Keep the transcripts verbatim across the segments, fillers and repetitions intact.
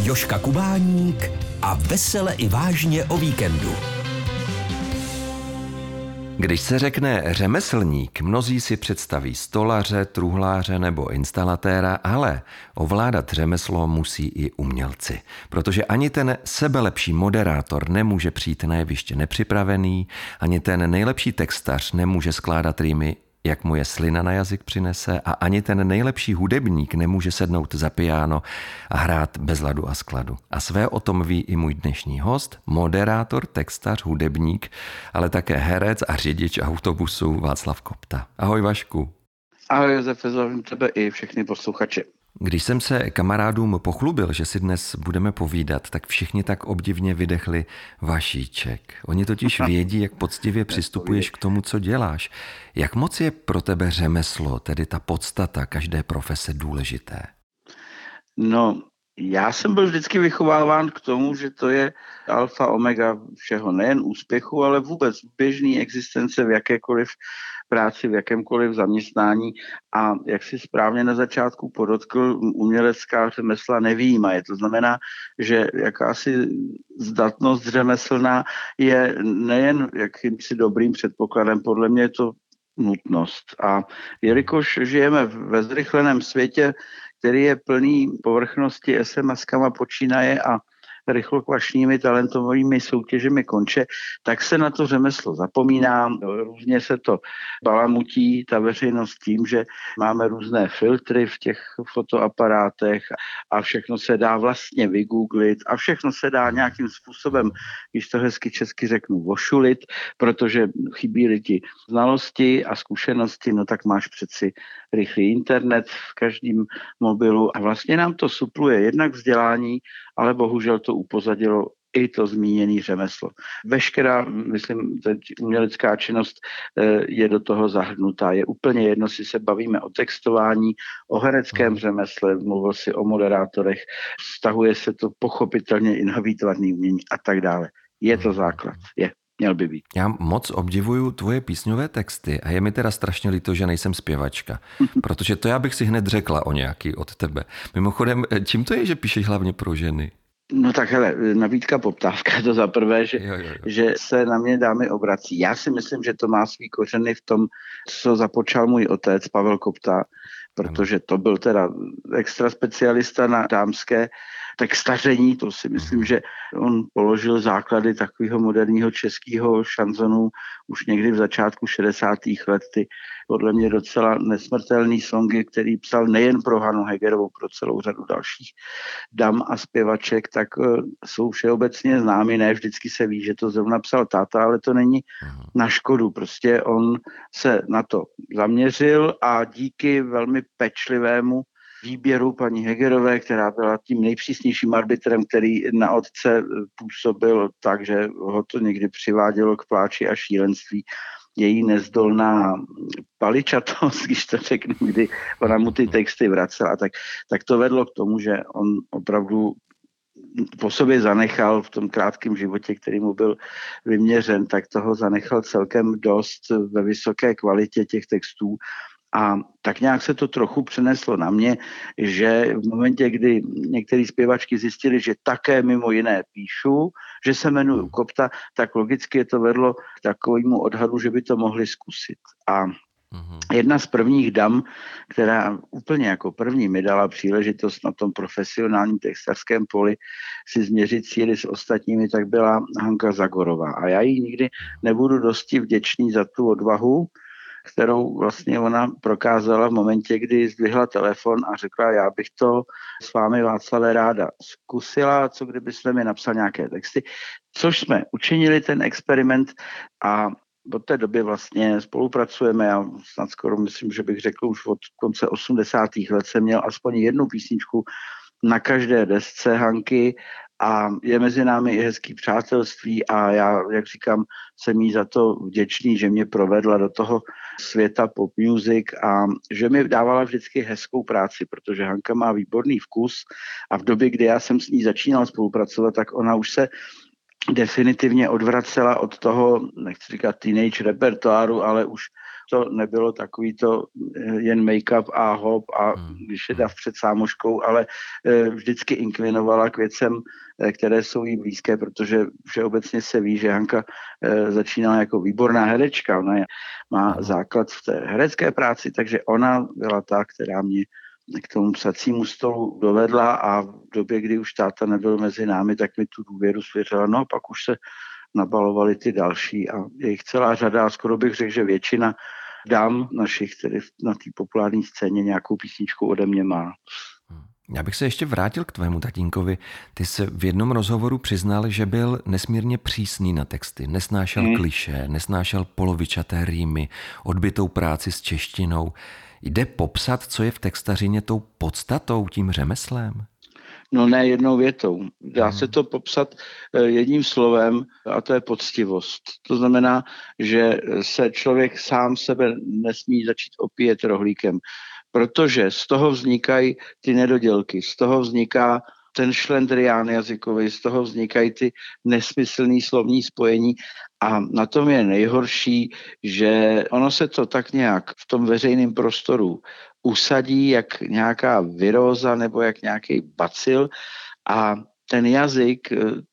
Jožka Kubáník a vesele i vážně o víkendu. Když se řekne řemeslník, mnozí si představí stolaře, truhláře nebo instalatéra, ale ovládat řemeslo musí i umělci. Protože ani ten sebelepší moderátor nemůže přijít na jeviště nepřipravený, ani ten nejlepší textař nemůže skládat rýmy, jak mu je slina na jazyk přinese, a ani ten nejlepší hudebník nemůže sednout za piano a hrát bez ladu a skladu. A své o tom ví i můj dnešní host, moderátor, textař, hudebník, ale také herec a řidič autobusu Václav Kopta. Ahoj Vašku. Ahoj Josefe, zdravím tebe i všechny posluchače. Když jsem se kamarádům pochlubil, že si dnes budeme povídat, tak všichni tak obdivně vydechli Vašíček. Oni totiž vědí, jak poctivě přistupuješ k tomu, co děláš. Jak moc je pro tebe řemeslo, tedy ta podstata každé profese, důležité? No, já jsem byl vždycky vychováván k tomu, že to je alfa omega všeho, nejen úspěchu, ale vůbec běžný existence v jakékoliv práci, v jakémkoliv zaměstnání, a jak si správně na začátku podotkl, umělecká řemesla nevyjímaje. To znamená, že jakási zdatnost řemeslná je nejen jakýmsi dobrým předpokladem, podle mě je to nutnost. A jelikož žijeme ve zrychleném světě, který je plný povrchnosti es em eskama počínaje a rychlokvašními talentovými soutěžemi konče, tak se na to řemeslo zapomíná. Různě se to balamutí ta veřejnost tím, že máme různé filtry v těch fotoaparátech a všechno se dá vlastně vygooglit a všechno se dá nějakým způsobem, když to hezky česky řeknu, vošulit, protože chybí ti znalosti a zkušenosti, no tak máš přeci rychlý internet v každém mobilu a vlastně nám to supluje jednak vzdělání, ale bohužel to upozadilo i to zmíněné řemeslo. Veškerá, myslím, umělecká činnost je do toho zahrnutá. Je úplně jedno, si se bavíme o textování, o hereckém řemesle, mluvil si o moderátorech, vztahuje se to pochopitelně i na výtvarné umění a tak dále. Je to základ, je. Měl by být. Já moc obdivuju tvoje písňové texty a je mi teda strašně líto, že nejsem zpěvačka, protože to já bych si hned řekla o nějaký od tebe. Mimochodem, čím to je, že píšeš hlavně pro ženy? No tak hele, nabídka, poptávka, to za prvé, že, jo, jo, jo. že se na mě dámy obrací. Já si myslím, že to má svý kořeny v tom, co započal můj otec Pavel Kopta, protože to byl teda extra specialista na dámské textaření, to si myslím, že on položil základy takového moderního českého šanzonu už někdy v začátku šedesátých let. Ty podle mě docela nesmrtelný songy, který psal nejen pro Hanu Hegerovou, pro celou řadu dalších dam a zpěvaček, tak jsou všeobecně známy. Ne vždycky se ví, že to zrovna psal táta, ale to není na škodu. Prostě on se na to zaměřil a díky velmi pečlivému výběru paní Hegerové, která byla tím nejpřísnějším arbitrem, který na otce působil tak, že ho to někdy přivádělo k pláči a šílenství. Její nezdolná paličatost, když to řeknu, kdy ona mu ty texty vracela, tak, tak to vedlo k tomu, že on opravdu po sobě zanechal v tom krátkém životě, který mu byl vyměřen, tak toho zanechal celkem dost ve vysoké kvalitě těch textů. A tak nějak se to trochu přeneslo na mě, že v momentě, kdy některé zpěvačky zjistili, že také mimo jiné píšu, že se jmenuju Kopta, tak logicky je to vedlo k takovému odhadu, že by to mohli zkusit. A jedna z prvních dam, která úplně jako první mi dala příležitost na tom profesionálním textařském poli si změřit síly s ostatními, tak byla Hanka Zagorová. A já jí nikdy nebudu dosti vděčný za tu odvahu, kterou vlastně ona prokázala v momentě, kdy zdvihla telefon a řekla, já bych to s vámi, Václave, ráda zkusila, co kdybyste mi napsal nějaké texty, což jsme učinili ten experiment a od té doby vlastně spolupracujeme. Já snad skoro myslím, že bych řekl už od konce osmdesátých let jsem měl aspoň jednu písničku na každé desce Hanky a je mezi námi i hezký přátelství a já, jak říkám, jsem jí za to vděčný, že mě provedla do toho světa pop music a že mi dávala vždycky hezkou práci, protože Hanka má výborný vkus a v době, kdy já jsem s ní začínal spolupracovat, tak ona už se definitivně odvracela od toho, nechci říkat teenage repertoáru, ale už to nebylo takový to jen make-up a hop a když je dav před sámoškou, ale vždycky inklinovala k věcem, které jsou jí blízké, protože všeobecně se ví, že Hanka začínala jako výborná herečka, ona je, má základ v té herecké práci, takže ona byla ta, která mě k tomu psacímu stolu dovedla a v době, kdy už táta nebyl mezi námi, tak mi tu důvěru svěřila. No a pak už se nabalovali ty další a je jich celá řada a skoro bych řekl, že většina dám našich, tedy na té populární scéně nějakou písničku ode mě má. Já bych se ještě vrátil k tvému tatínkovi. Ty jsi v jednom rozhovoru přiznal, že byl nesmírně přísný na texty. Nesnášel hmm. klišé, nesnášel polovičaté rýmy, odbytou práci s češtinou. Jde popsat, co je v textařině tou podstatou, tím řemeslem? No ne jednou větou. Dá se to popsat jedním slovem a to je poctivost. To znamená, že se člověk sám sebe nesmí začít opíjet rohlíkem, protože z toho vznikají ty nedodělky, z toho vzniká ten šlendrián jazykový, z toho vznikají ty nesmyslný slovní spojení a na tom je nejhorší, že ono se to tak nějak v tom veřejném prostoru usadí jak nějaká viróza nebo jak nějaký bacil a ten jazyk,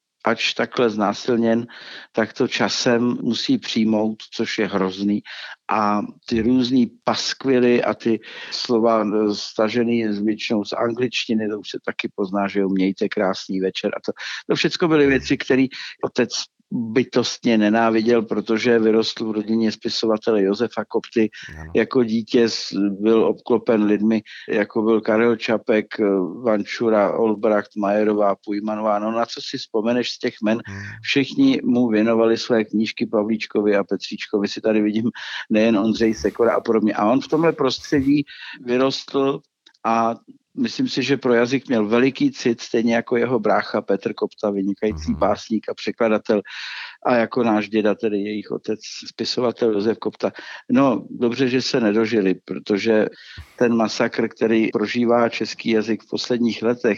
ač takhle znásilněn, tak to časem musí přijmout, což je hrozný. A ty různý paskvily a ty slova stažený většinou z angličtiny, to už se taky pozná, že jo, mějte krásný večer. A to, to všechno byly věci, které otec bytostně nenáviděl, protože vyrostl v rodině spisovatele Josefa Kopty. Ano. Jako dítě byl obklopen lidmi, jako byl Karel Čapek, Vančura, Olbracht, Majerová, Pujmanová. No na co si vzpomeneš z těch men? Hmm. Všichni mu věnovali své knížky Pavlíčkovi a Petříčkovi. Si tady vidím nejen Ondřej Sekora a podobně. A on v tomhle prostředí vyrostl a myslím si, že pro jazyk měl veliký cit, stejně jako jeho brácha Petr Kopta, vynikající básník a překladatel a jako náš děda, tedy jejich otec, spisovatel Josef Kopta. No, dobře, že se nedožili, protože ten masakr, který prožívá český jazyk v posledních letech,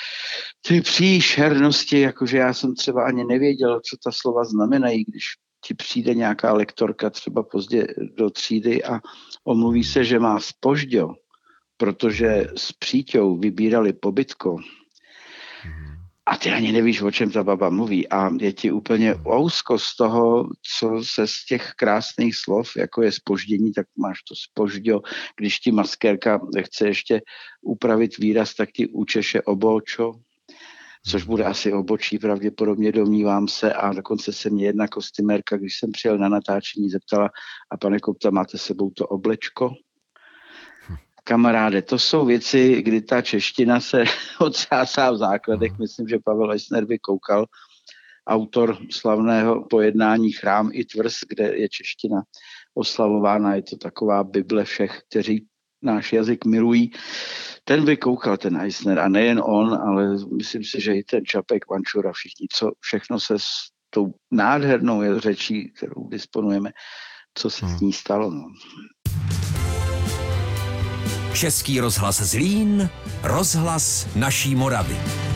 ty příšernosti, jakože já jsem třeba ani nevěděl, co ta slova znamenají, když ti přijde nějaká lektorka třeba pozdě do třídy a omluví se, že má zpožďo, protože s příťou vybírali pobytko a ty ani nevíš, o čem ta baba mluví a je ti úplně ousko z toho, co se z těch krásných slov, jako je zpoždění, tak máš to zpožďo, když ti maskérka chce ještě upravit výraz, tak ti učeše obočo, což bude asi obočí, pravděpodobně domnívám se a dokonce se mě jedna kostymérka, když jsem přijel na natáčení, zeptala a pane Kopta, máte sebou to oblečko? Kamaráde, to jsou věci, kdy ta čeština se otřásá v základech. Myslím, že Pavel Eisner by koukal, autor slavného pojednání Chrám i tvrz, kde je čeština oslavována. Je to taková bible všech, kteří náš jazyk milují. Ten by koukal, ten Eisner. A nejen on, ale myslím si, že i ten Čapek, Vančura, všichni, co všechno se s tou nádhernou řečí, kterou disponujeme, co se s ní stalo. No. Český rozhlas Zlín, rozhlas naší Moravy.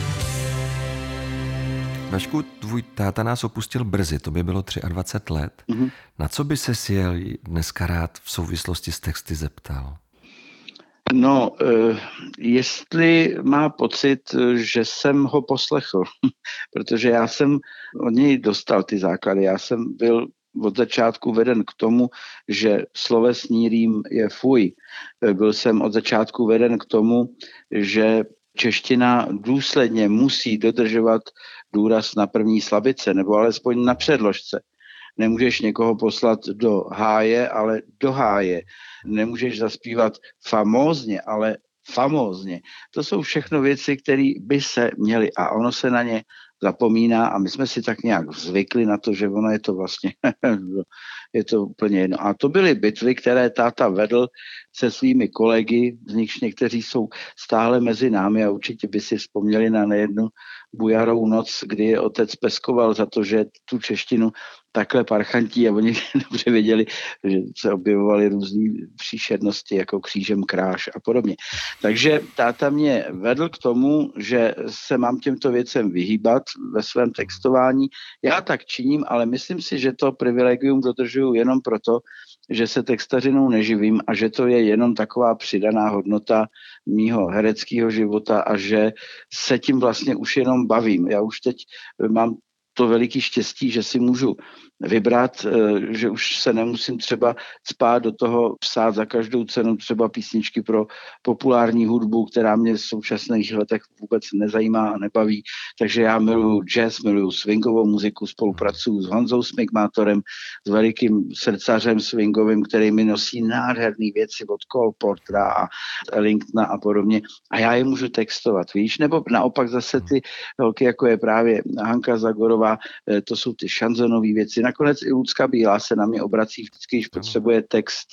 Vašku, tvůj táta nás opustil brzy, to by bylo dvacet tři let. Mm-hmm. Na co by se sjel dneska rád v souvislosti s texty zeptal? No, jestli má pocit, že jsem ho poslechl, protože já jsem od něj dostal ty základy, já jsem byl od začátku veden k tomu, že slovesní rým je fuj. Byl jsem od začátku veden k tomu, že čeština důsledně musí dodržovat důraz na první slabice, nebo alespoň na předložce. Nemůžeš někoho poslat do háje, ale do háje. Nemůžeš zaspívat famózně, ale famózně. To jsou všechno věci, které by se měly a ono se na ně zapomíná a my jsme si tak nějak zvykli na to, že ono je to vlastně, je to úplně jedno. A to byly bitvy, které táta vedl se svými kolegy, z nichž někteří jsou stále mezi námi a určitě by si vzpomněli na nejednu bujarou noc, kdy je otec peskoval za to, že tu češtinu takhle parchantí a oni dobře věděli, že se objevovaly různé příšernosti jako křížem kráš a podobně. Takže táta mě vedl k tomu, že se mám těmto věcem vyhýbat ve svém textování. Já tak činím, ale myslím si, že to privilegium dodržuju jenom proto, že se textařinou neživím a že to je jenom taková přidaná hodnota mýho hereckého života a že se tím vlastně už jenom bavím. Já už teď mám to veliký štěstí, že si můžu vybrat, že už se nemusím třeba spát do toho psát za každou cenu třeba písničky pro populární hudbu, která mě v současných letech vůbec nezajímá a nebaví. Takže já miluju jazz, miluju swingovou muziku, spolupracuju s Honzou Smigmátorem, s velikým srdcařem swingovým, který mi nosí nádherné věci od Cole Portera a Ellingtona a podobně. A já je můžu textovat, víš? Nebo naopak zase ty holky, jako je právě Hanka Zagorová, to jsou ty šanzonové věci. Nakonec i Lucka Bílá se na mě obrací vždycky, když potřebuje text,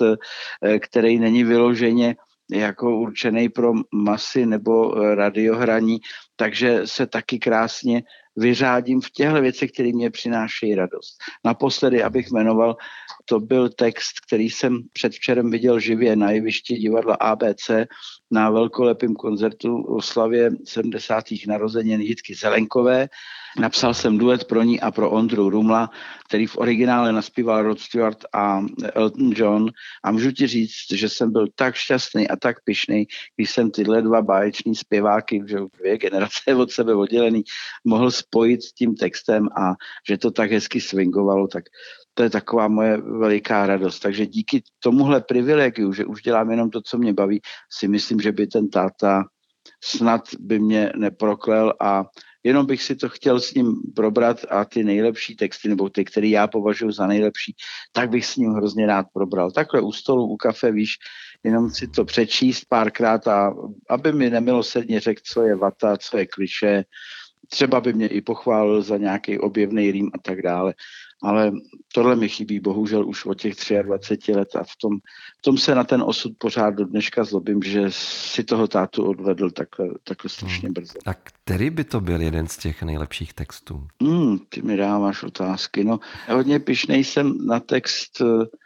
který není vyloženě jako určený pro masy nebo radiohraní, takže se taky krásně vyřádím v těchto věcech, které mě přinášejí radost. Naposledy, abych jmenoval, to byl text, který jsem předvčerem viděl živě na jevišti divadla A B C na velkolepém koncertu o slavě sedmdesátých narozenin Jitky Zelenkové. Napsal jsem duet pro ní a pro Ondru Rumla, který v originále naspíval Rod Stewart a Elton John. A můžu ti říct, že jsem byl tak šťastný a tak pyšný, když jsem tyhle dva báječní zpěváky, že dvě generace od sebe oddělený, mohl spojit s tím textem a že to tak hezky swingovalo, tak to je taková moje veliká radost. Takže díky tomuhle privilegiu, že už dělám jenom to, co mě baví, si myslím, že by ten táta snad by mě neproklel a jenom bych si to chtěl s ním probrat a ty nejlepší texty, nebo ty, které já považuji za nejlepší, tak bych s ním hrozně rád probral. Takhle u stolu, u kafe, víš, jenom si to přečíst párkrát a aby mi nemilosrdně řekl, co je vata, co je klišé. Třeba by mě i pochválil za nějaký objevný rým a tak dále. Ale tohle mi chybí bohužel už od těch dvacet tři let a v tom, v tom se na ten osud pořád do dneška zlobím, že si toho tátu odvedl takhle, takhle strašně brzo. A který by to byl jeden z těch nejlepších textů? Hmm, ty mi dáváš otázky. No, hodně pyšnej jsem na text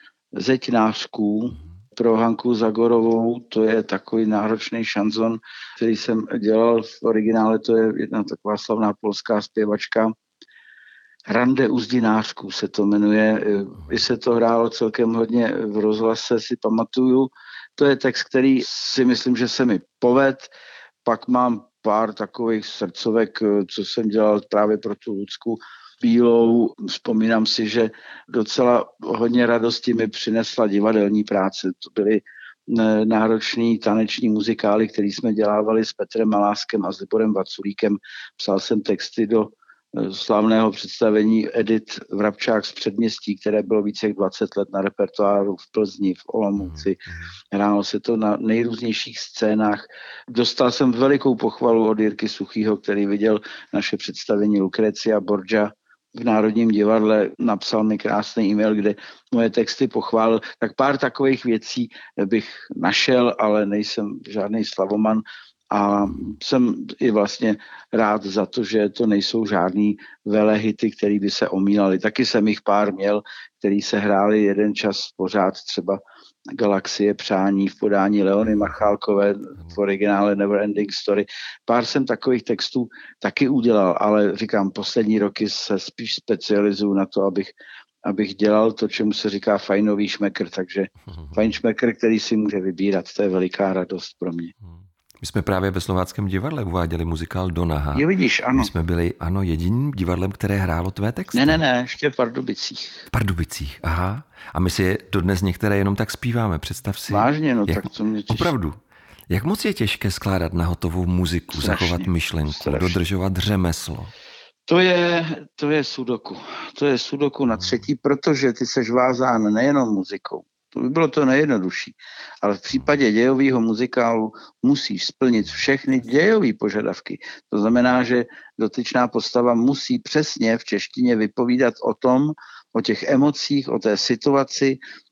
Zeď nářků pro Hanku Zagorovou. To je takový náročný šanzon, který jsem dělal v originále. To je jedna taková slavná polská zpěvačka. Rande uzdinářků se to jmenuje. I se to hrálo celkem hodně v rozhlase, si pamatuju. To je text, který si myslím, že se mi poved. Pak mám pár takových srdcovek, co jsem dělal právě pro tu Lucku Bílou. Vzpomínám si, že docela hodně radosti mi přinesla divadelní práce. To byly náročný taneční muzikály, který jsme dělávali s Petrem Maláskem a s Liborem Vaculíkem. Psal jsem texty do slavného představení Edith Vrabčák z Předměstí, které bylo více jak dvacet let na repertoáru v Plzni, v Olomouci. Hrálo se to na nejrůznějších scénách. Dostal jsem velikou pochvalu od Jirky Suchýho, který viděl naše představení Lucrecia Borgia v Národním divadle, napsal mi krásný e-mail, kde moje texty pochválil. Tak pár takových věcí bych našel, ale nejsem žádný slavoman. A jsem i vlastně rád za to, že to nejsou žádný velehity, který by se omílaly. Taky jsem jich pár měl, který se hráli jeden čas pořád, třeba Galaxie přání v podání Leony Machálkové v originále Neverending Story. Pár jsem takových textů taky udělal, ale říkám, poslední roky se spíš specializuju na to, abych abych dělal to, čemu se říká fajnový šmekr, takže fajn šmekr, který si může vybírat, to je veliká radost pro mě. My jsme právě ve Slováckém divadle uváděli muzikál Donaha. Jo, vidíš, ano. My jsme byli, ano, jediným divadlem, které hrálo tvé texty. Ne, ne, ne, ještě v Pardubicích. V Pardubicích, aha. A my si je dodnes některé jenom tak zpíváme, představ si. Vážně, no jak, tak to mě těší. Opravdu. Jak moc je těžké skládat na hotovou muziku, strašně, zachovat myšlenku, strašně. Dodržovat řemeslo? To je, to je sudoku. To je sudoku na třetí, protože ty seš vázán nejenom muzikou. To by bylo to nejjednodušší. Ale v případě dějového muzikálu musíš splnit všechny dějové požadavky. To znamená, že dotyčná postava musí přesně v češtině vypovídat o tom, o těch emocích, o té situaci,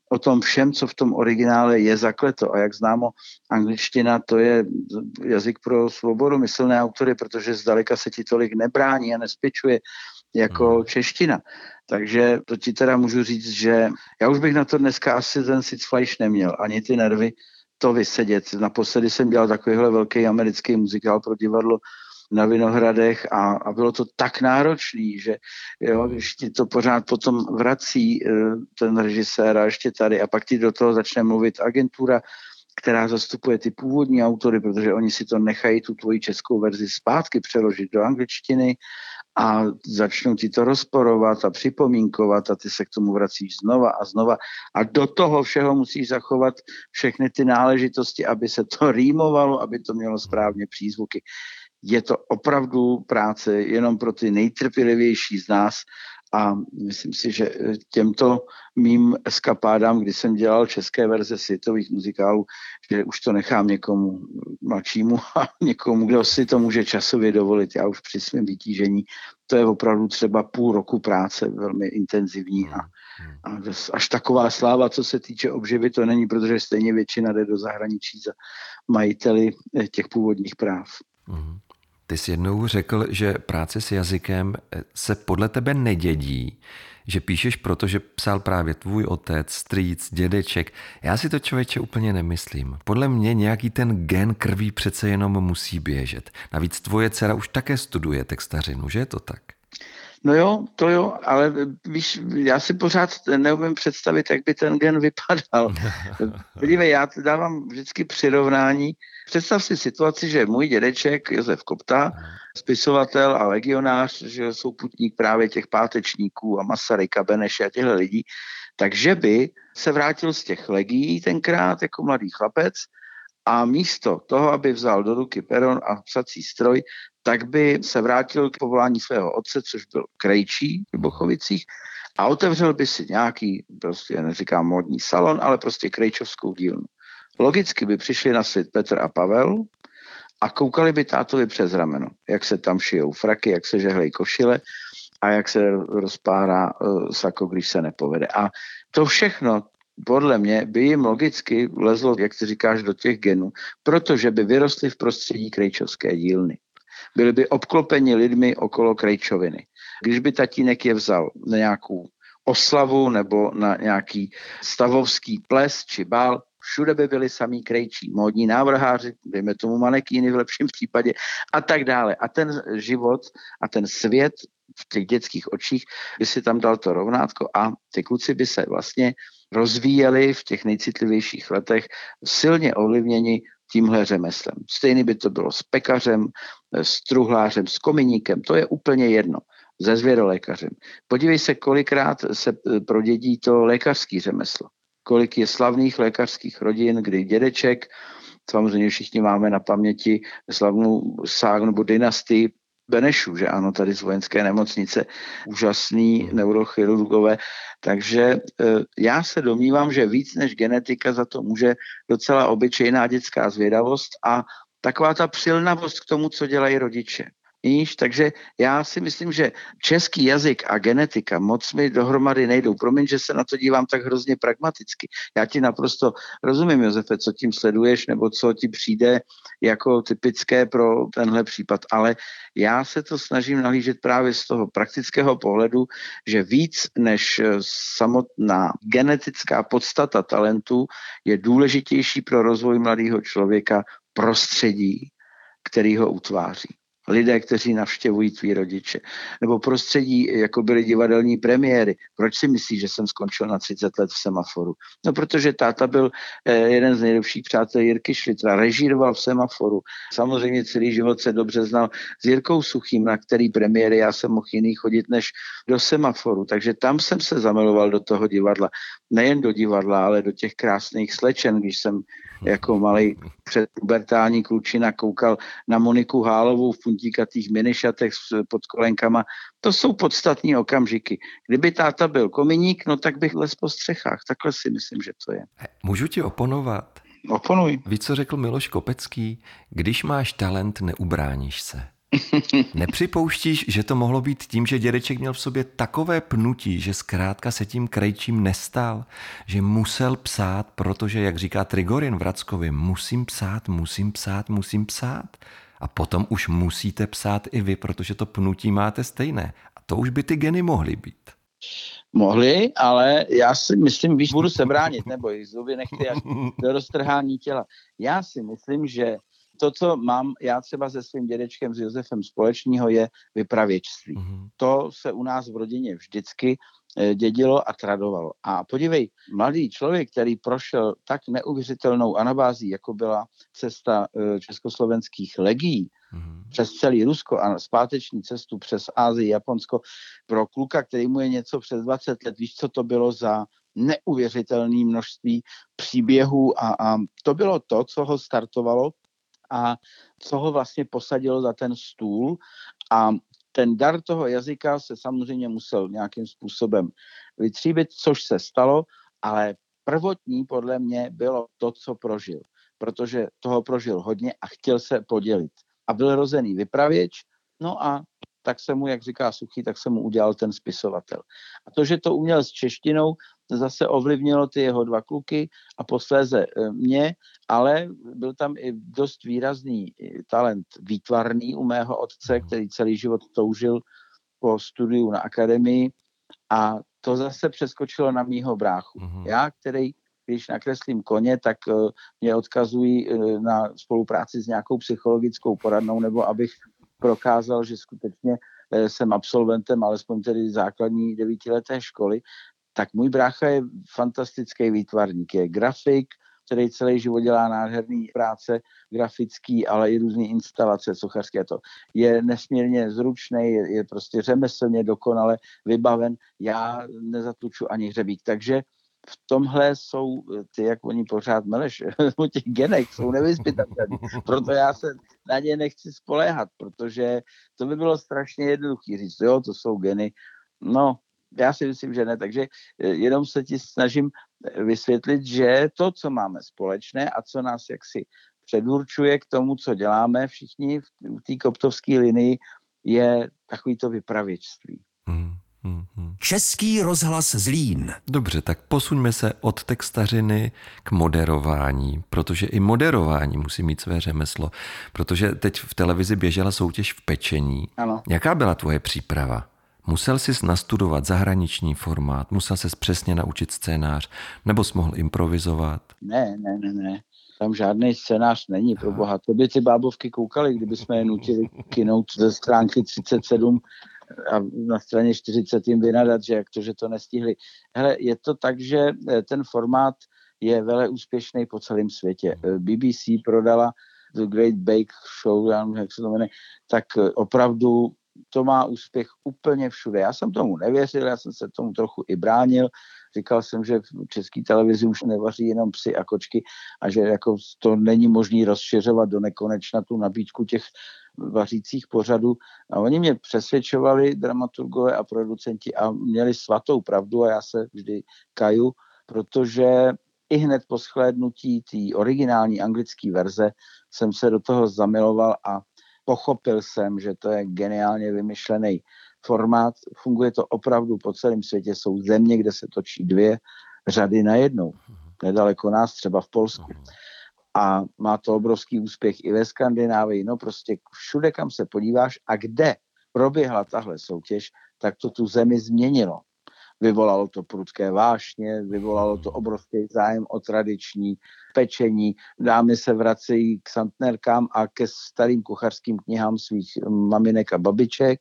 o tom všem, co v tom originále je zakleto. A jak známo, angličtina to je jazyk pro svobodomyslné autory, protože zdaleka se ti tolik nebrání a nespěčuje jako čeština. Takže to ti teda můžu říct, že já už bych na to dneska asi ten Sitzfleisch neměl, ani ty nervy to vysedět. Naposledy jsem dělal takovýhle velký americký muzikál pro divadlo na Vinohradech a, a bylo to tak náročný, že jo, když ti to pořád potom vrací ten režisér a ještě tady a pak ti do toho začne mluvit agentura, která zastupuje ty původní autory, protože oni si to nechají tu tvoji českou verzi zpátky přeložit do angličtiny a začnou ti to rozporovat a připomínkovat a ty se k tomu vracíš znova a znova a do toho všeho musíš zachovat všechny ty náležitosti, aby se to rýmovalo, aby to mělo správně přízvuky. Je to opravdu práce jenom pro ty nejtrpělivější z nás a myslím si, že těmto mým eskapádám, kdy jsem dělal české verze světových muzikálů, že už to nechám někomu mladšímu a někomu, kdo si to může časově dovolit. Já už při svém vytížení, to je opravdu třeba půl roku práce, velmi intenzivní a, a až taková sláva, co se týče obživy, to není, protože stejně většina jde do zahraničí za majiteli těch původních práv. Mm. Ty jsi jednou řekl, že práce s jazykem se podle tebe nedědí, že píšeš proto, že psal právě tvůj otec, strýc, dědeček. Já si to, člověče, úplně nemyslím. Podle mě nějaký ten gen krví přece jenom musí běžet. Navíc tvoje dcera už také studuje textařinu, že je to tak? No jo, to jo, ale víš, já si pořád neumím představit, jak by ten gen vypadal. Podívej, já dávám vždycky přirovnání. Představ si situaci, že můj dědeček Josef Kopta, spisovatel a legionář, že souputník právě těch pátečníků a Masaryka, Beneše a těchto lidí, takže by se vrátil z těch legií tenkrát jako mladý chlapec a místo toho, aby vzal do ruky peron a psací stroj, tak by se vrátil k povolání svého otce, což byl krejčí v Bochovicích, a otevřel by si nějaký, prostě neříkám módní salon, ale prostě krejčovskou dílnu. Logicky by přišli na svět Petr a Pavel a koukali by tátovi přes rameno, jak se tam šijou fraky, jak se žehlejí košile a jak se rozpárá uh, sako, když se nepovede. A to všechno podle mě by jim logicky vlezlo, jak ty říkáš, do těch genů, protože by vyrostli v prostředí krejčovské dílny. Byli by obklopeni lidmi okolo krejčoviny. Když by tatínek je vzal na nějakou oslavu nebo na nějaký stavovský ples či bál, všude by byli samý krejčí, módní návrháři, dejme tomu manekýny v lepším případě a tak dále. A ten život a ten svět v těch dětských očích by si tam dal to rovnátko a ty kluci by se vlastně rozvíjeli v těch nejcitlivějších letech silně ovlivněni tímhle řemeslem. Stejný by to bylo s pekařem, s truhlářem, s kominíkem, to je úplně jedno. Se zvěrolékařem. Podívej se, kolikrát se prodědí to lékařský řemeslo. Kolik je slavných lékařských rodin, kdy dědeček, samozřejmě všichni máme na paměti slavnou ságu nebo dynastii Benešů, že ano, tady z vojenské nemocnice, úžasný neurochirurgové. Takže já se domnívám, že víc než genetika za to může docela obyčejná dětská zvědavost a taková ta přilnavost k tomu, co dělají rodiče. Víš, takže já si myslím, že český jazyk a genetika moc mi dohromady nejdou. Promiň, že se na to dívám tak hrozně pragmaticky. Já ti naprosto rozumím, Josefe, co tím sleduješ, nebo co ti přijde jako typické pro tenhle případ, ale já se to snažím nahlížet právě z toho praktického pohledu, že víc než samotná genetická podstata talentu je důležitější pro rozvoj mladého člověka prostředí, který ho utváří. Lidé, kteří navštěvují tví rodiče. Nebo prostředí, jako byly divadelní premiéry. Proč si myslíš, že jsem skončil na třicet let v Semaforu? No, protože táta byl eh, jeden z nejlepších přátel Jirky Šlitra, režíroval v Semaforu. Samozřejmě celý život se dobře znal s Jirkou Suchým, na který premiéry já jsem mohl jiný chodit než do Semaforu. Takže tam jsem se zamiloval do toho divadla. Nejen do divadla, ale do těch krásných slečen, když jsem jako malej předpubertální klučina koukal na Moniku Hálovou v puntíkatých minišatech pod kolenkama. To jsou podstatní okamžiky. Kdyby táta byl kominík, no tak bych les po střechách. Takhle si myslím, že to je. Můžu ti oponovat? Oponuj. Víš, co řekl Miloš Kopecký? Když máš talent, neubráníš se. Nepřipouštíš, že to mohlo být tím, že dědeček měl v sobě takové pnutí, že zkrátka se tím krejčím nestal, že musel psát, protože, jak říká Trigorin v Rackovi, musím psát, musím psát, musím psát. A potom už musíte psát i vy, protože to pnutí máte stejné. A to už by ty geny mohly být. Mohli, ale já si myslím, víš, budu se bránit, neboj, zuby nechty až do roztrhání těla. Já si myslím, že to, co mám já třeba se svým dědečkem, s Josefem společného, je vypravěčství. Mm-hmm. To se u nás v rodině vždycky dědilo a tradovalo. A podívej, mladý člověk, který prošel tak neuvěřitelnou anabází, jako byla cesta československých legií, mm-hmm. přes celý Rusko a zpáteční cestu přes Asii, Japonsko, pro kluka, který mu je něco přes dvacet let, víš, co to bylo za neuvěřitelné množství příběhů a, a to bylo to, co ho startovalo a co ho vlastně posadilo za ten stůl a ten dar toho jazyka se samozřejmě musel nějakým způsobem vytříbit, což se stalo, ale prvotní podle mě bylo to, co prožil, protože toho prožil hodně a chtěl se podělit. A byl rozený vypravěč, no a tak se mu, jak říká Suchý, tak se mu udělal ten spisovatel. A to, že to uměl s češtinou, zase ovlivnilo ty jeho dva kluky a posléze mě, ale byl tam i dost výrazný talent výtvarný u mého otce, který celý život toužil po studiu na akademii a to zase přeskočilo na mýho bráchu. Mm-hmm. Já, který, když nakreslím koně, tak mě odkazují na spolupráci s nějakou psychologickou poradnou, nebo abych prokázal, že skutečně jsem absolventem alespoň tedy základní devítileté školy, tak můj brácha je fantastický výtvarník, je grafik, který celý život dělá nádherný práce grafický, ale i různé instalace sochařské. To je nesmírně zručný, je, je prostě řemeslně dokonale vybaven. Já nezatluču ani hřebík, takže v tomhle jsou ty, jak oni pořád meleš, o těch genech jsou nevyzpytatelní. Proto já se na ně nechci spoléhat, protože to by bylo strašně jednoduché říct, jo, to jsou geny. No, já si myslím, že ne, takže jenom se ti snažím vysvětlit, že to, co máme společné a co nás jaksi předurčuje k tomu, co děláme všichni v té koptovské linii, je takovýto vypravěčství. Hmm. Hmm. Český rozhlas Zlín. Dobře, tak posuňme se od textařiny k moderování, protože i moderování musí mít své řemeslo, protože teď v televizi běžela soutěž v pečení. Ano. Jaká byla tvoje příprava? Musel jsi nastudovat zahraniční formát, musel jsi přesně naučit scénář, nebo jsi mohl improvizovat? Ne, ne, ne, ne. Tam žádný scénář není, pro boha. To by ty bábovky koukali, kdyby jsme je nutili kinout ze stránky třicet sedm a na straně čtyřicet jim vynadat, že jak to, že to nestihli. Hele, je to tak, že ten formát je vele úspěšný po celém světě. B B C prodala The Great Bake Show, já nevím, jak se to jmenuje, tak opravdu to má úspěch úplně všude. Já jsem tomu nevěřil, já jsem se tomu trochu i bránil. Říkal jsem, že v české televizi už nevaří jenom psy a kočky a že jako to není možné rozšiřovat do nekonečna tu nabídku těch vařících pořadů. A oni mě přesvědčovali, dramaturgové a producenti, a měli svatou pravdu a já se vždy kaju, protože i hned po shlédnutí té originální anglické verze jsem se do toho zamiloval a pochopil jsem, že to je geniálně vymyšlený formát. Funguje to opravdu po celém světě. Jsou země, kde se točí dvě řady najednou. Nedaleko nás, třeba v Polsku. A má to obrovský úspěch i ve Skandinávii. No prostě všude, kam se podíváš a kde proběhla tahle soutěž, tak to tu zemi změnilo. Vyvolalo to prudké vášně, vyvolalo to obrovský zájem o tradiční pečení. Dámy se vracejí k santnerkám a ke starým kuchařským knihám svých maminek a babiček.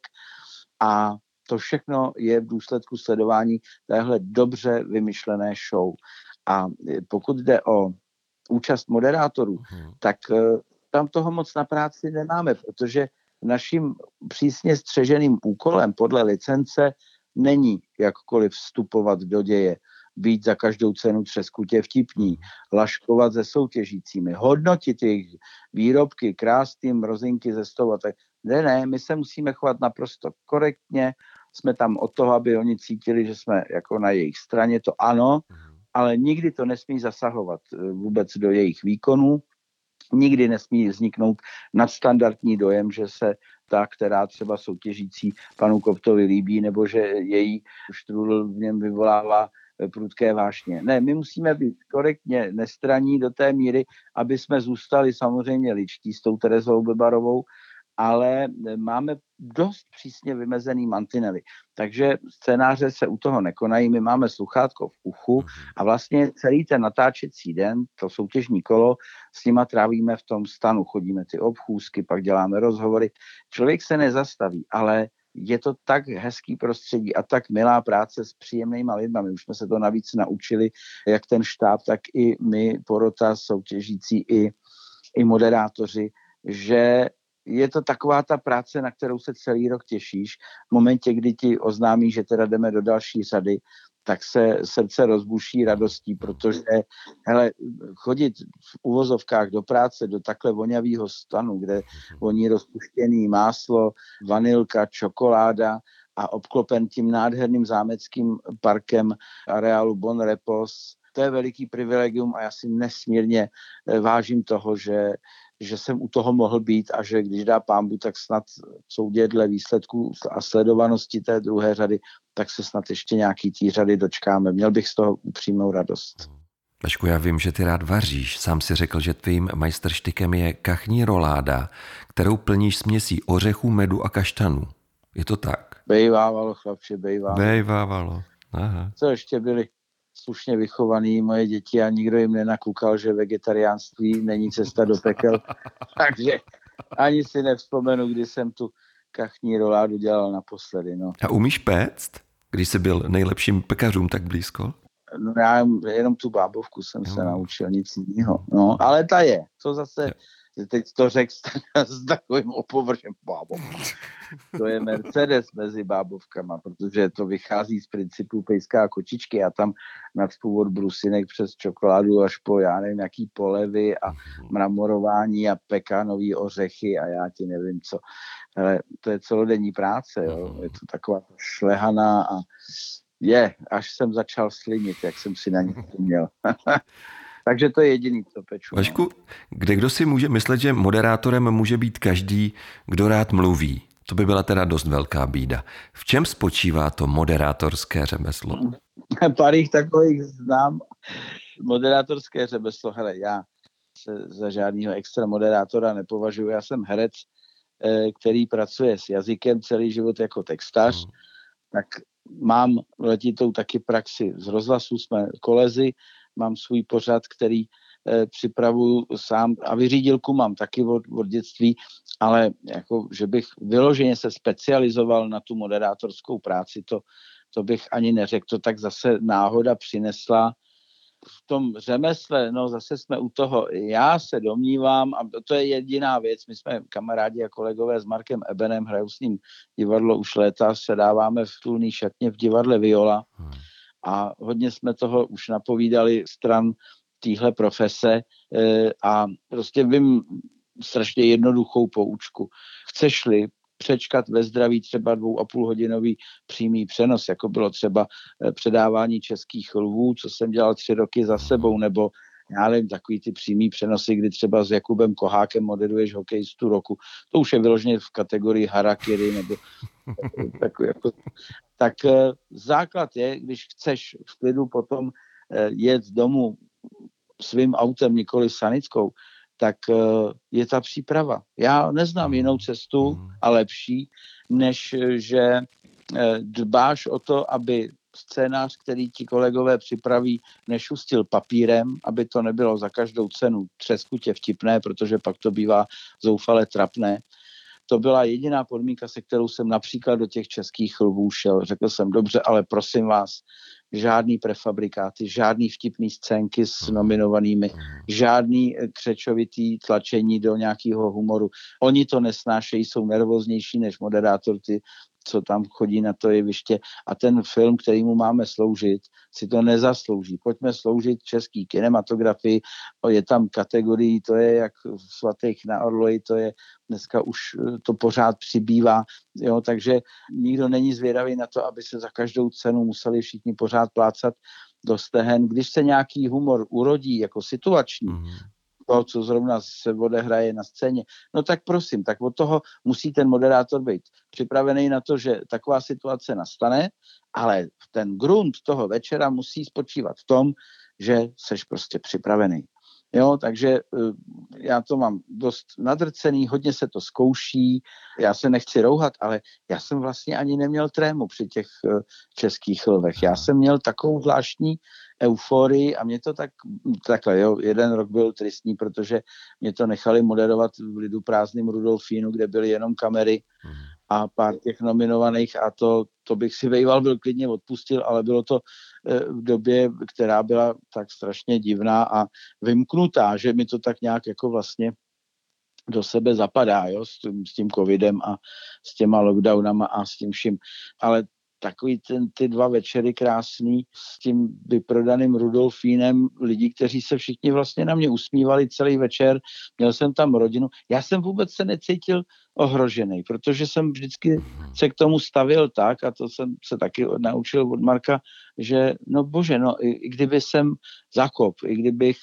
A to všechno je v důsledku sledování téhle dobře vymyšlené show. A pokud jde o účast moderátorů, hmm. tak tam toho moc na práci nemáme, protože naším přísně střeženým úkolem podle licence není jakkoliv vstupovat do děje, být za každou cenu třeskutě vtipní, laškovat se soutěžícími, hodnotit jejich výrobky, krást jim rozinky ze stolu. Tak ne, ne, my se musíme chovat naprosto korektně, jsme tam od toho, aby oni cítili, že jsme jako na jejich straně, to ano, ale nikdy to nesmí zasahovat vůbec do jejich výkonů. Nikdy nesmí vzniknout nadstandardní dojem, že se ta, která třeba soutěžící panu Koptovi líbí, nebo že její štrůdl v něm vyvolává prudké vášně. Ne, my musíme být korektně nestranní do té míry, aby jsme zůstali samozřejmě ličtí s tou Terezou Bebarovou, ale máme dost přísně vymezený mantinely. Takže scénáře se u toho nekonají, my máme sluchátko v uchu a vlastně celý ten natáčecí den, to soutěžní kolo, s nima trávíme v tom stanu, chodíme ty obchůzky, pak děláme rozhovory. Člověk se nezastaví, ale je to tak hezký prostředí a tak milá práce s příjemnýma lidma. My už jsme se to navíc naučili, jak ten štáb, tak i my, porota soutěžící, i, i moderátoři, že je to taková ta práce, na kterou se celý rok těšíš. V momentě, kdy ti oznámí, že teda jdeme do další řady, tak se srdce rozbuší radostí, protože hele, chodit v uvozovkách do práce, do takhle vonavého stanu, kde voní rozpuštěný máslo, vanilka, čokoláda a obklopen tím nádherným zámeckým parkem areálu Bon Repos, to je veliký privilegium a já si nesmírně vážím toho, že že jsem u toho mohl být a že když dá pánbu, tak snad soudě dle výsledků a sledovanosti té druhé řady, tak se snad ještě nějaký tý řady dočkáme. Měl bych z toho upřímnou radost. Vašku, já vím, že ty rád vaříš. Sám si řekl, že tvým majstrštykem je kachní roláda, kterou plníš směsí ořechů, medu a kaštanů. Je to tak? Bejvávalo, chlapče, bejvávalo. Bejvávalo. Aha. Co ještě byli slušně vychovaný moje děti a nikdo jim nenakukal, že vegetariánství není cesta do pekel. Takže ani si nevzpomenu, kdy jsem tu kachní roládu dělal naposledy. No. A umíš péct, když jsi byl nejlepším pekařům tak blízko? No, já jenom tu bábovku jsem jo. se naučil, nic jiného. No, ale ta je. To zase, jo. teď to řekl s takovým opovržem bábovka. To je Mercedes mezi bábovkama, protože to vychází z principu pejská kočičky a tam nad původ brusinek přes čokoládu až po, já nevím, jaký polevy a mramorování a pekanový ořechy a já ti nevím co. Hele, to je celodenní práce, jo. Je to taková šlehaná a je, až jsem začal slinit, jak jsem si na ní měl. Takže to je jediný, co peču. Vašku, kde kdo si může myslet, že moderátorem může být každý, kdo rád mluví? To by byla teda dost velká bída. V čem spočívá to moderátorské řemeslo? Pár jich takových znám. Moderátorské řemeslo, hele, já se za žádného extra moderátora nepovažuji. Já jsem herec, který pracuje s jazykem celý život jako textař, hmm. tak mám letitou taky praxi z rozhlasu, jsme kolezy, mám svůj pořad, který e, připravuju sám a vyřídilku mám taky od, od dětství, ale jako, že bych vyloženě se specializoval na tu moderátorskou práci, to, to bych ani neřekl. To tak zase náhoda přinesla. V tom řemesle, no zase jsme u toho. Já se domnívám, a to je jediná věc, my jsme kamarádi a kolegové s Markem Ebenem, hraju s ním divadlo už léta, sedáváme v tůlný šatně v divadle Viola a hodně jsme toho už napovídali stran téhle profese a prostě vím strašně jednoduchou poučku. Chceš-li přečkat ve zdraví třeba dvou a půl hodinový přímý přenos, jako bylo třeba předávání českých lvů, co jsem dělal tři roky za sebou, nebo já nevím, takový ty přímý přenosy, kdy třeba s Jakubem Kohákem moderuješ hokejistu roku. To už je vyloženě v kategorii harakiri, nebo tak, jako, tak základ je, když chceš v klidu potom jet z domu svým autem, nikoli sanickou, tak je ta příprava. Já neznám jinou cestu a lepší, než že dbáš o to, aby scénář, který ti kolegové připraví, nešustil papírem, aby to nebylo za každou cenu třeskutě vtipné, protože pak to bývá zoufale trapné. To byla jediná podmínka, se kterou jsem například do těch českých lvů šel. Řekl jsem, dobře, ale prosím vás, žádný prefabrikáty, žádný vtipný scénky s nominovanými, žádný křečovitý tlačení do nějakého humoru. Oni to nesnášejí, jsou nervóznější než moderátor, ty, co tam chodí na to jeviště. A ten film, který mu máme sloužit, si to nezaslouží. Pojďme sloužit český kinematografii, je tam kategorii, to je jak v Svatých na Orloji, to je dneska už to pořád přibývá, jo, takže nikdo není zvědavý na to, aby se za každou cenu museli všichni pořád plácat do stehen. Když se nějaký humor urodí jako situační, mm. to, co zrovna se odehraje na scéně. No tak prosím, tak od toho musí ten moderátor být připravený na to, že taková situace nastane, ale ten grunt toho večera musí spočívat v tom, že seš prostě připravený. Jo, takže já to mám dost nadrcený, hodně se to zkouší, já se nechci rouhat, ale já jsem vlastně ani neměl trému při těch českých lvech. Já jsem měl takovou zvláštní euforii a mě to tak, takhle, jo, jeden rok byl tristní, protože mě to nechali moderovat v Lidu prázdným Rudolfínu, kde byly jenom kamery a pár těch nominovaných a to, to bych si vejval byl klidně odpustil, ale bylo to v době, která byla tak strašně divná a vymknutá, že mi to tak nějak jako vlastně do sebe zapadá, jo, s tím, s tím covidem a s těma lockdownama a s tím vším. Ale takový ten, ty dva večery krásný s tím vyprodaným Rudolfínem, lidí, kteří se všichni vlastně na mě usmívali celý večer, měl jsem tam rodinu. Já jsem vůbec se necítil ohrožený, protože jsem vždycky se k tomu stavil tak, a to jsem se taky naučil od Marka, že no bože, no i, i kdyby jsem zakop, i kdybych,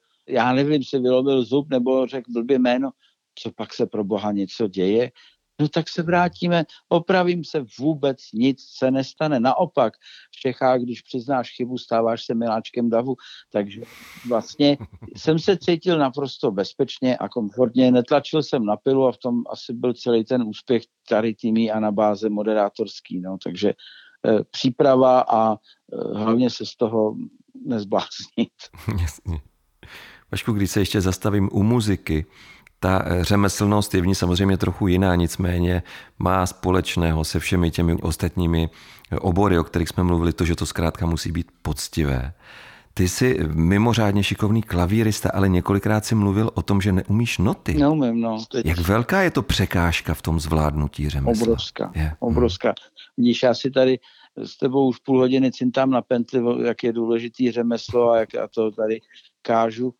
já nevím, si vylomil zub nebo řekl blbě jméno, co pak se pro boha něco děje, no tak se vrátíme, opravím se, vůbec nic se nestane. Naopak, v Čechách, když přiznáš chybu, stáváš se miláčkem davu, takže vlastně jsem se cítil naprosto bezpečně a komfortně, netlačil jsem na pilu a v tom asi byl celý ten úspěch tady týmí a na báze moderátorský, no, takže e, příprava a e, hlavně se z toho nezbláznit. Jasně. Vašku, když se ještě zastavím u muziky, ta řemeslnost je v ní samozřejmě trochu jiná, nicméně má společného se všemi těmi ostatními obory, o kterých jsme mluvili, to, že to zkrátka musí být poctivé. Ty jsi mimořádně šikovný klavírista, ale několikrát si mluvil o tom, že neumíš noty. Neumím, no. Teď... Jak velká je to překážka v tom zvládnutí řemesla? Obrovská, je. obrovská. Vidíš, já si tady s tebou už půl hodiny cintám na pentli, jak je důležitý řemeslo a jak já to tady kážu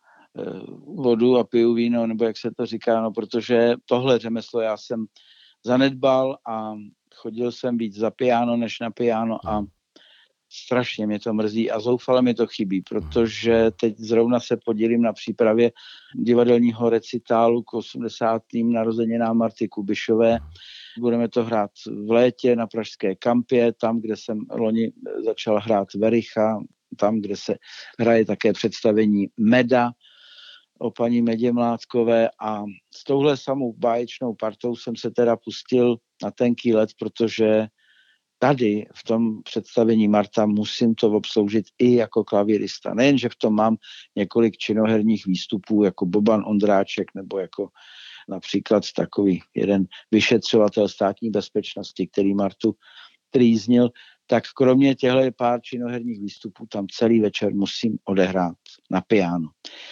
vodu a piju víno, nebo jak se to říká, no, protože tohle řemeslo já jsem zanedbal a chodil jsem víc za piano než na piano a strašně mě to mrzí a zoufale mi to chybí, protože teď zrovna se podílím na přípravě divadelního recitálu k osmdesátým narozeninám Marty Kubišové. Budeme to hrát v létě na pražské kampě, tam, kde jsem loni začal hrát Vericha, tam, kde se hraje také představení Meda o paní Medě Mládkové a s touhle samou báječnou partou jsem se teda pustil na tenký led, protože tady v tom představení Marta musím to obsloužit i jako klavírista. Nejen, že v tom mám několik činoherních výstupů jako Boban Ondráček nebo jako například takový jeden vyšetřovatel státní bezpečnosti, který Martu trýznil, tak kromě těchto pár činoherních výstupů tam celý večer musím odehrát na piano.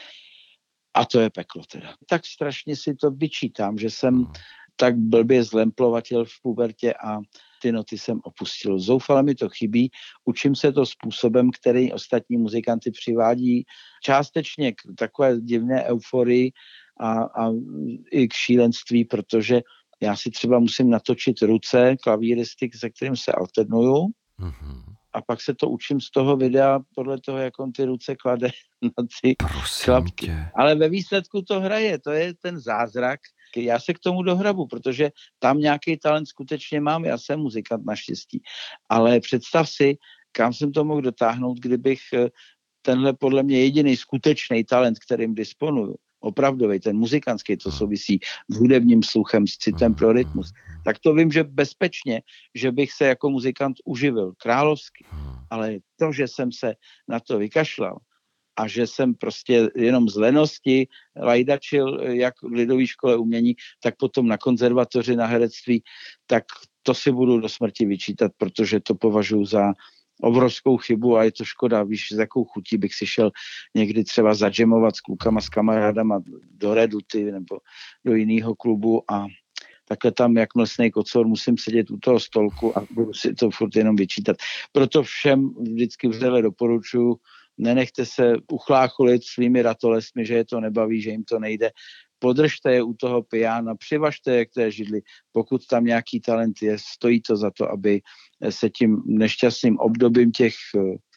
A to je peklo teda. Tak strašně si to vyčítám, že jsem tak blbě zlemplovatil v pubertě a ty noty jsem opustil. Zoufale mi to chybí. Učím se to způsobem, který ostatní muzikanty přivádí částečně k takové divné euforii a, a i k šílenství, protože já si třeba musím natočit ruce klavíristy, se kterým se alternuju, mm-hmm. a pak se to učím z toho videa podle toho, jak on ty ruce klade na ty klapky. Ale ve výsledku to hraje, to je ten zázrak. Já se k tomu dohrabu, protože tam nějaký talent skutečně mám, já jsem muzikant naštěstí. Ale představ si, kam jsem to mohl dotáhnout, kdybych tenhle podle mě jediný skutečný talent, kterým disponuju, opravdový, ten muzikantský, to souvisí s hudebním sluchem, s citem pro rytmus, tak to vím, že bezpečně, že bych se jako muzikant uživil královsky. Ale to, že jsem se na to vykašlal a že jsem prostě jenom z lenosti lajdačil jak v lidové škole umění, tak potom na konzervatoři na herectví, tak to si budu do smrti vyčítat, protože to považuji za obrovskou chybu a je to škoda, víš, s jakou chutí bych si šel někdy třeba zadžemovat s klukama, s kamarádama do Reduty nebo do jiného klubu a takhle tam jak mlsnej kocor musím sedět u toho stolku a budu si to furt jenom vyčítat. Proto všem vždycky vřele doporučuji, nenechte se uchlácholit svými ratolesmi, že je to nebaví, že jim to nejde. Podržte je u toho piana, přivažte je k té židli. Pokud tam nějaký talent je, stojí to za to, aby se tím nešťastným obdobím těch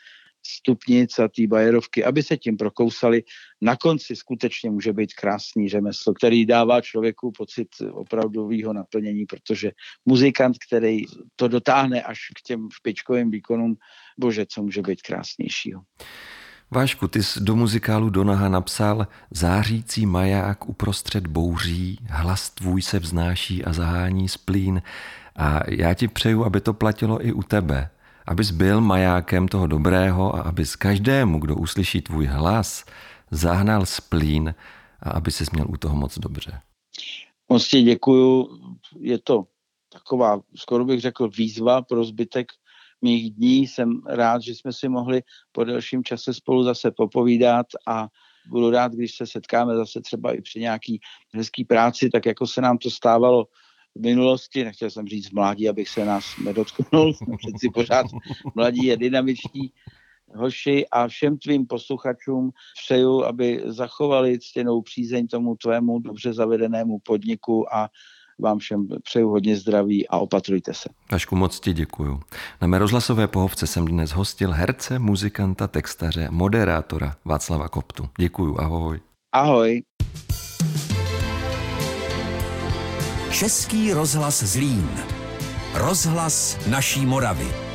stupnic a té bajerovky, aby se tím prokousali. Na konci skutečně může být krásný řemeslo, který dává člověku pocit opravdového naplnění, protože muzikant, který to dotáhne až k těm špičkovým výkonům, bože, co může být krásnějšího. Vášku, ty jsi do muzikálu Donaha napsal: zářící maják uprostřed bouří, hlas tvůj se vznáší a zahání splín. A já ti přeju, aby to platilo i u tebe. Abys byl majákem toho dobrého a abys každému, kdo uslyší tvůj hlas, zahnal splín a aby ses měl u toho moc dobře. Moc ti děkuju. Je to taková, skoro bych řekl, výzva pro zbytek mých dní. Jsem rád, že jsme si mohli po delším čase spolu zase popovídat a budu rád, když se setkáme zase třeba i při nějaký hezký práci, tak jako se nám to stávalo v minulosti. Nechtěl jsem říct v mládí, abych se nás nedotknul. Přeci pořád mladí je dynamičtí hoši a všem tvým posluchačům přeju, aby zachovali ctěnou přízeň tomu tvému dobře zavedenému podniku a vám všem přeju hodně zdraví a opatrujte se. Vašku, moc ti děkuju. Na mé rozhlasové pohovce jsem dnes hostil herce, muzikanta, textaře, moderátora Václava Koptu. Děkuju, ahoj. Ahoj. Český rozhlas Zlín. Rozhlas naší Moravy.